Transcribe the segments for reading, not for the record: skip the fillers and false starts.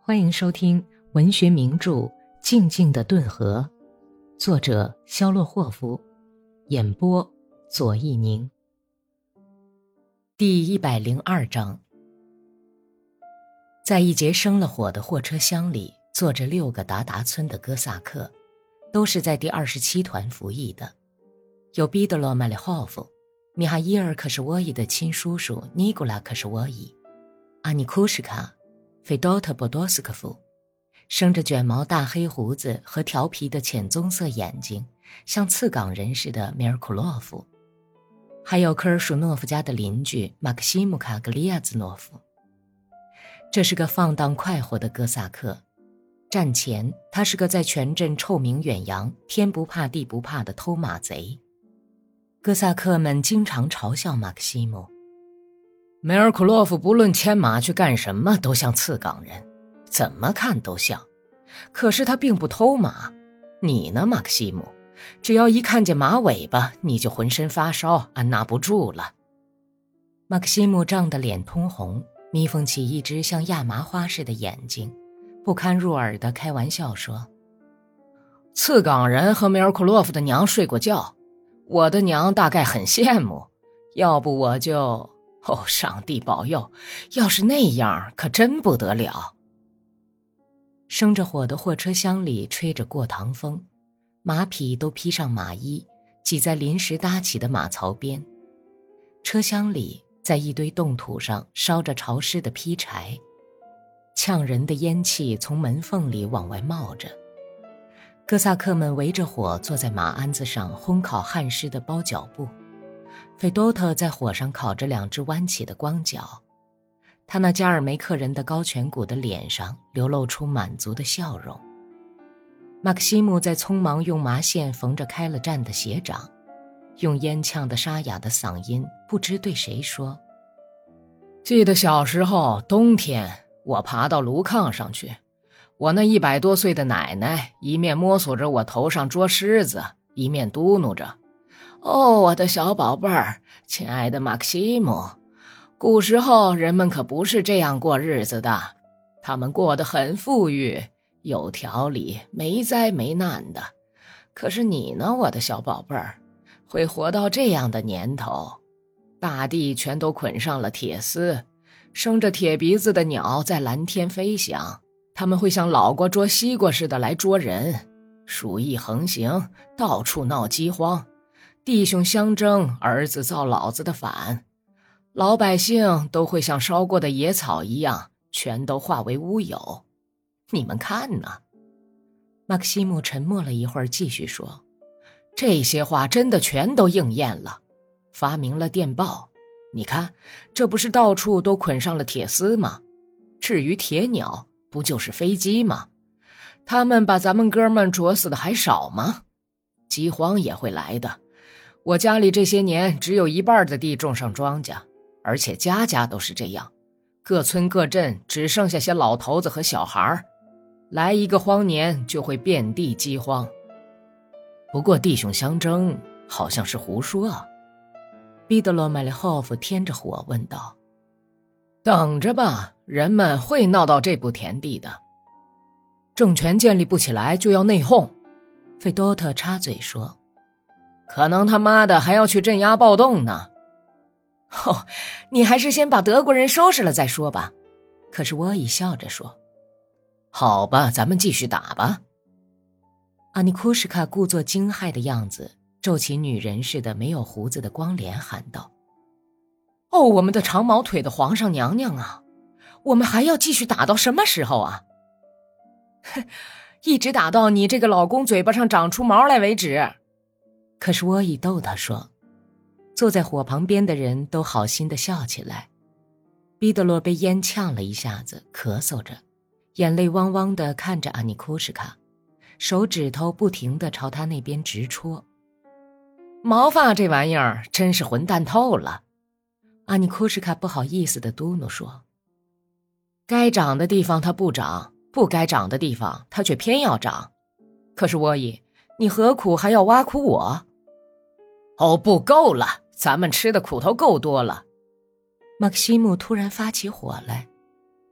欢迎收听文学名著《静静的顿河》，作者肖洛霍夫，演播左一宁。第102章。在一节生了火的货车厢里，坐着6个达达村的哥萨克，都是在第27团服役的。有毕德罗·麦列霍夫、米哈伊尔·克什沃伊的亲叔叔尼古拉·克什沃伊、阿尼库什卡、费多特·波多斯科夫，生着卷毛大黑胡子和调皮的浅棕色眼睛，像次港人似的米尔库洛夫，还有科尔舒诺夫家的邻居马克西姆卡·格利亚兹诺夫。这是个放荡快活的哥萨克，战前他是个在全镇臭名远扬、天不怕地不怕的偷马贼。哥萨克们经常嘲笑马克西姆，梅尔库洛夫不论牵马去干什么都像次港人，怎么看都像。可是他并不偷马，你呢，马克西姆？只要一看见马尾巴，你就浑身发烧，按捺不住了。马克西姆涨得脸通红，眯缝起一只像亚麻花似的眼睛，不堪入耳地开玩笑说：次港人和梅尔库洛夫的娘睡过觉，我的娘大概很羡慕，要不我就……哦，上帝保佑，要是那样可真不得了。生着火的货车厢里吹着过堂风，马匹都披上马衣，挤在临时搭起的马槽边。车厢里在一堆冻土上烧着潮湿的劈柴，呛人的烟气从门缝里往外冒着。哥萨克们围着火坐在马鞍子上烘烤汗湿的包脚布。费多特在火上烤着2只弯起的光脚，他那加尔梅克人的高颧骨的脸上流露出满足的笑容。马克西姆在匆忙用麻线缝着开了战的鞋掌，用烟呛的沙哑的嗓音不知对谁说：记得小时候冬天我爬到炉炕上去，我那100多岁的奶奶一面摸索着我头上捉虱子，一面嘟哝着：哦，我的小宝贝儿，亲爱的马克西姆，古时候人们可不是这样过日子的，他们过得很富裕，有条理，没灾没难的。可是你呢，我的小宝贝儿，会活到这样的年头，大地全都捆上了铁丝，生着铁鼻子的鸟在蓝天飞翔，他们会像老瓜捉西瓜似的来捉人，鼠疫横行，到处闹饥荒，弟兄相争，儿子造老子的反，老百姓都会像烧过的野草一样，全都化为乌有。你们看呢？马克西姆沉默了一会儿，继续说：这些话真的全都应验了。发明了电报，你看，这不是到处都捆上了铁丝吗？至于铁鸟，不就是飞机吗？他们把咱们哥们啄死的还少吗？饥荒也会来的。我家里这些年只有1半的地种上庄稼，而且家家都是这样，各村各镇只剩下些老头子和小孩，来一个荒年就会遍地饥荒。不过弟兄相争好像是胡说啊。毕德罗·麦列霍夫添着火问道：等着吧，人们会闹到这步田地的。政权建立不起来就要内讧，费多特插嘴说，可能他妈的还要去镇压暴动呢。哦，你还是先把德国人收拾了再说吧。可是沃伊笑着说：好吧，咱们继续打吧。阿尼库什卡故作惊骇的样子，皱起女人似的没有胡子的光脸喊道：哦，我们的长毛腿的皇上娘娘啊，我们还要继续打到什么时候啊？一直打到你这个老公嘴巴上长出毛来为止。可是沃伊逗他说。坐在火旁边的人都好心地笑起来。毕德罗被烟呛了一下子，咳嗽着，眼泪汪汪地看着阿尼库什卡，手指头不停地朝他那边直戳。毛发这玩意儿真是混蛋透了。阿尼库什卡不好意思地嘟哝说，该长的地方它不长，不该长的地方它却偏要长。可是沃伊，你何苦还要挖苦我？哦，不够了，咱们吃的苦头够多了。马克西姆突然发起火来。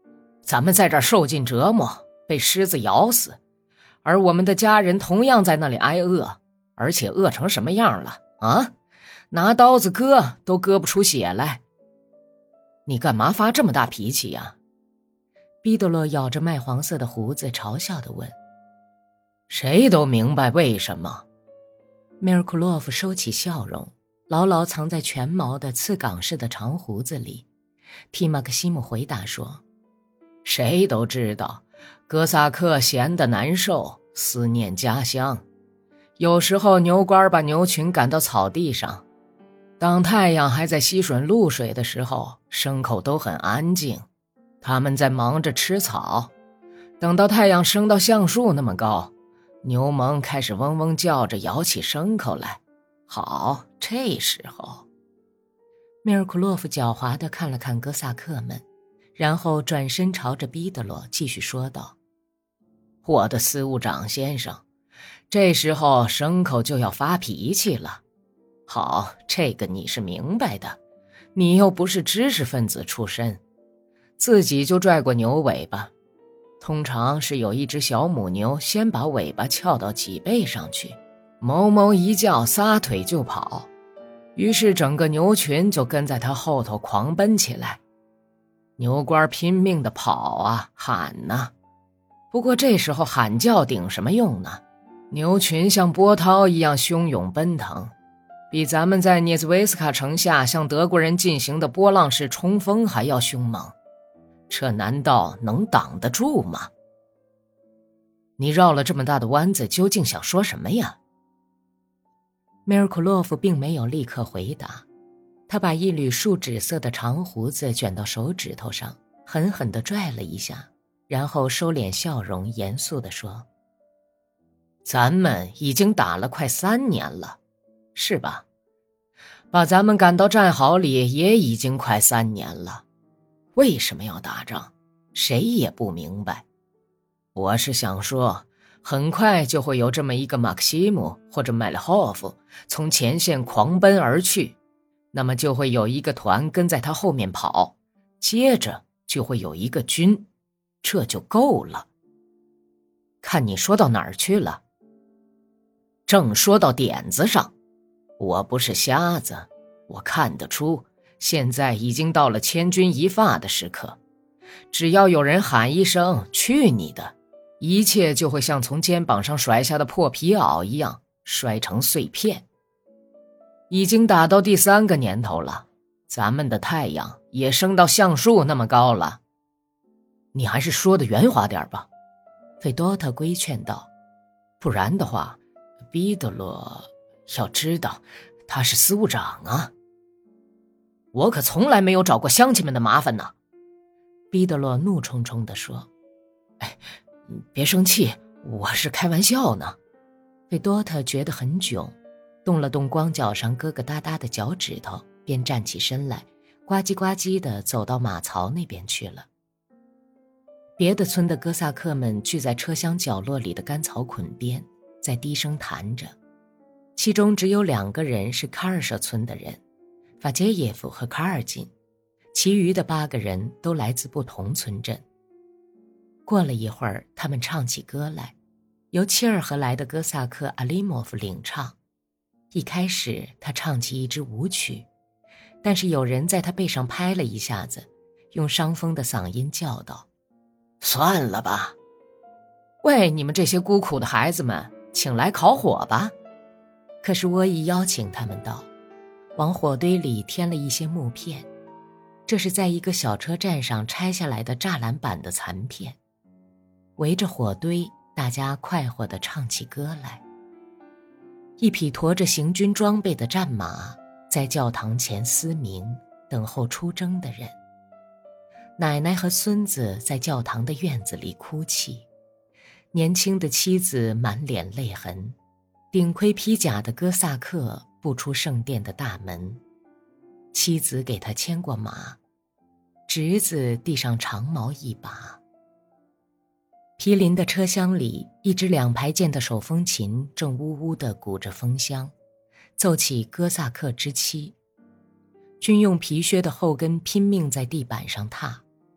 咱们在这儿受尽折磨，被狮子咬死，而我们的家人同样在那里挨饿，而且饿成什么样了啊？拿刀子割都割不出血来。你干嘛发这么大脾气呀？毕德罗咬着麦黄色的胡子嘲笑地问。谁都明白为什么。梅尔库洛夫收起笑容，牢牢藏在全毛的刺港式的长胡子里，替马克西姆回答说，谁都知道哥萨克闲得难受，思念家乡。有时候牛倌把牛群赶到草地上，当太阳还在吸吮露水的时候，牲口都很安静，他们在忙着吃草。等到太阳升到橡树那么高，牛虻开始嗡嗡叫着咬起牲口来。好，这时候梅尔库洛夫狡猾地看了看哥萨克们，然后转身朝着毕德罗继续说道，我的司务长先生，这时候牲口就要发脾气了。好，这个你是明白的，你又不是知识分子出身，自己就拽过牛尾巴。通常是有一只小母牛先把尾巴翘到脊背上去，哞哞一叫，撒腿就跑，于是整个牛群就跟在它后头狂奔起来。牛倌拼命地跑啊喊啊，不过这时候喊叫顶什么用呢？牛群像波涛一样汹涌奔腾，比咱们在涅兹维斯卡城下向德国人进行的波浪式冲锋还要凶猛，这难道能挡得住吗？你绕了这么大的弯子，究竟想说什么呀？梅尔库洛夫并没有立刻回答，他把一缕树脂色的长胡子卷到手指头上，狠狠地拽了一下，然后收敛笑容，严肃地说，咱们已经打了快3年了，是吧？把咱们赶到战壕里也已经快3年了，为什么要打仗？谁也不明白。我是想说，很快就会有这么一个马克西姆或者麦列霍夫从前线狂奔而去，那么就会有一个团跟在他后面跑，接着就会有一个军，这就够了。看你说到哪儿去了？正说到点子上，我不是瞎子，我看得出现在已经到了千钧一发的时刻，只要有人喊一声去你的，一切就会像从肩膀上甩下的破皮袄一样摔成碎片。已经打到第3个年头了，咱们的太阳也升到橡树那么高了。你还是说的圆滑点吧，费多特规劝道，不然的话，毕德罗要知道他是司务长啊。我可从来没有找过乡亲们的麻烦呢，毕德罗怒冲冲地说。哎，别生气，我是开玩笑呢。费多特觉得很囧，动了动光脚上疙疙瘩瘩的脚趾头，便站起身来，呱唧呱唧地走到马槽那边去了。别的村的哥萨克们聚在车厢角落里的干草捆边，在低声谈着，其中只有2个人是卡尔舍村的人，法杰耶夫和卡尔金，其余的8个人都来自不同村镇。过了一会儿，他们唱起歌来，由切尔河来的哥萨克阿利莫夫领唱。一开始他唱起一支舞曲，但是有人在他背上拍了一下子，用伤风的嗓音叫道，算了吧，喂，你们这些孤苦的孩子们，请来烤火吧。可是沃伊邀请他们到，往火堆里添了一些木片，这是在一个小车站上拆下来的栅栏板的残片。围着火堆，大家快活地唱起歌来。一匹驮着行军装备的战马在教堂前嘶鸣，等候出征的人。奶奶和孙子在教堂的院子里哭泣，年轻的妻子满脸泪痕，顶盔披甲的哥萨克步出圣殿的大门，妻子给他牵过马，侄子递上长矛一把。毗邻的车厢里，一支2排键的手风琴正呜呜地鼓着风箱，奏起哥萨克之妻。军用皮靴的后跟拼命在地板上踏，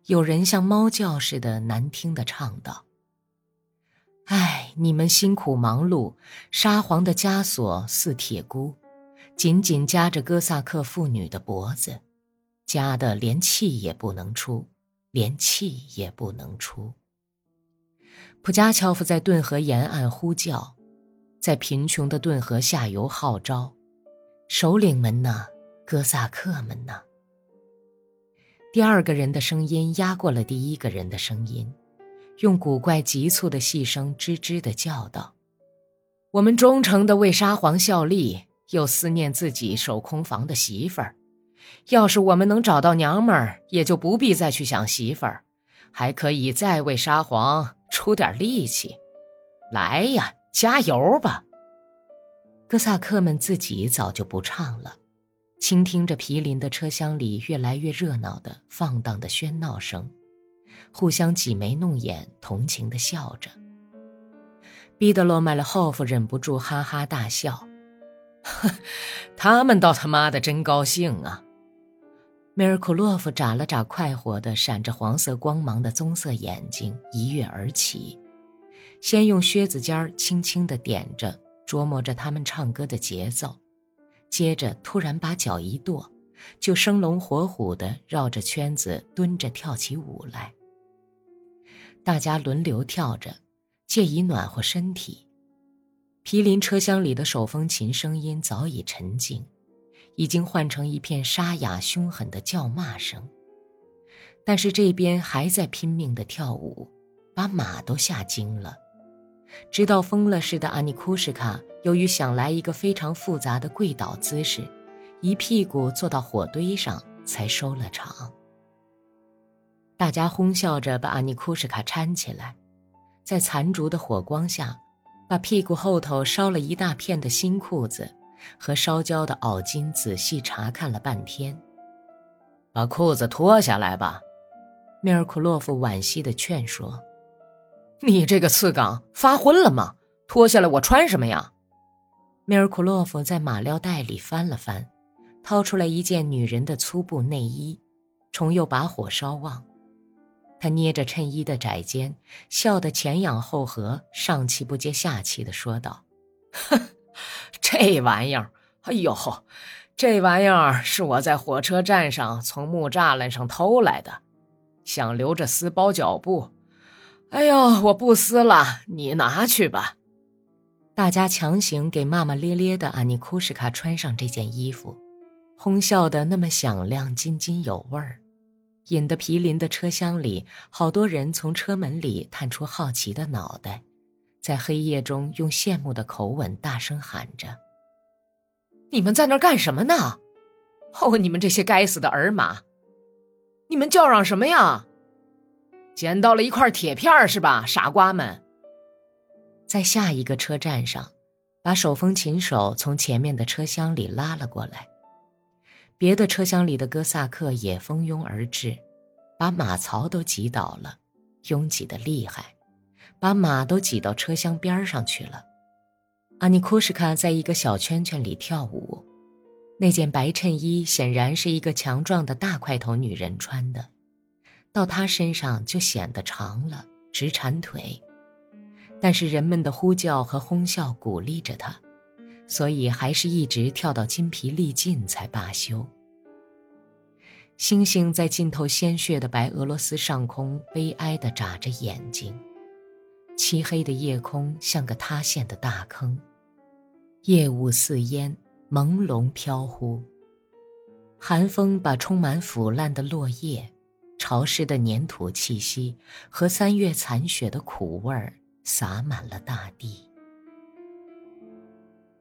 有人像猫叫似的难听地唱道：唉，你们辛苦忙碌，沙皇的枷锁似铁箍，紧紧夹着哥萨克妇女的脖子，夹得连气也不能出，连气也不能出。普加乔夫在顿河沿岸呼叫，在贫穷的顿河下游号召：首领们呐，哥萨克们呐！第二个人的声音压过了第一个人的声音，用古怪急促的细声吱吱地叫道：我们忠诚地为沙皇效力，又思念自己守空房的媳妇儿。要是我们能找到娘们儿，也就不必再去想媳妇儿，还可以再为沙皇出点力气。来呀，加油吧！哥萨克们自己早就不唱了，倾听着毗邻的车厢里越来越热闹的放荡的喧闹声，互相挤眉弄眼，同情地笑着。彼得罗麦勒霍夫忍不住哈哈大笑：他们倒他妈的真高兴啊！梅尔库洛夫眨了眨快活的闪着黄色光芒的棕色眼睛，一跃而起，先用靴子尖轻轻地点着，琢磨着他们唱歌的节奏，接着突然把脚一跺，就生龙活虎地绕着圈子蹲着跳起舞来。大家轮流跳着，借以暖和身体。毗邻车厢里的手风琴声音早已沉静，已经换成一片沙哑凶狠的叫骂声，但是这边还在拼命地跳舞，把马都吓惊了。直到疯了似的阿尼库什卡由于想来一个非常复杂的跪倒姿势，一屁股坐到火堆上，才收了场。大家哄笑着把阿尼库什卡搀起来，在残烛的火光下，把屁股后头烧了一大片的新裤子和烧焦的袄巾仔细查看了半天。把裤子脱下来吧，米尔库洛夫惋惜地劝说。你这个次岗发昏了吗？脱下来我穿什么呀？米尔库洛夫在马料袋里翻了翻，掏出来一件女人的粗布内衣，重又把火烧旺。他捏着衬衣的窄肩，笑得前仰后合，上气不接下气地说道：这玩意儿，哎呦，这玩意儿是我在火车站上从木栅栏上偷来的，想留着撕包脚布。哎呦，我不撕了，你拿去吧。大家强行给骂骂咧咧的阿尼库什卡穿上这件衣服，哄笑得那么响亮，津津有味儿，引得毗邻的车厢里好多人从车门里探出好奇的脑袋，在黑夜中用羡慕的口吻大声喊着：你们在那儿干什么呢？哦，你们这些该死的儿马，你们叫嚷什么呀？捡到了一块铁片是吧，傻瓜们？在下一个车站上，把手风琴手从前面的车厢里拉了过来。别的车厢里的哥萨克也蜂拥而至，把马槽都挤倒了，拥挤得厉害，把马都挤到车厢边上去了。阿尼库什卡在一个小圈圈里跳舞，那件白衬衣显然是一个强壮的大块头女人穿的，到她身上就显得长了，直缠腿。但是人们的呼叫和哄笑鼓励着她，所以还是一直跳到筋疲力尽才罢休。星星在浸透鲜血的白俄罗斯上空悲哀地眨着眼睛，漆黑的夜空像个塌陷的大坑，夜雾似烟，朦胧飘忽。寒风把充满腐烂的落叶、潮湿的粘土气息和3月残雪的苦味儿洒满了大地。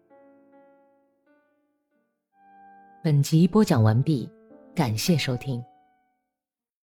本集播讲完毕，感谢收听。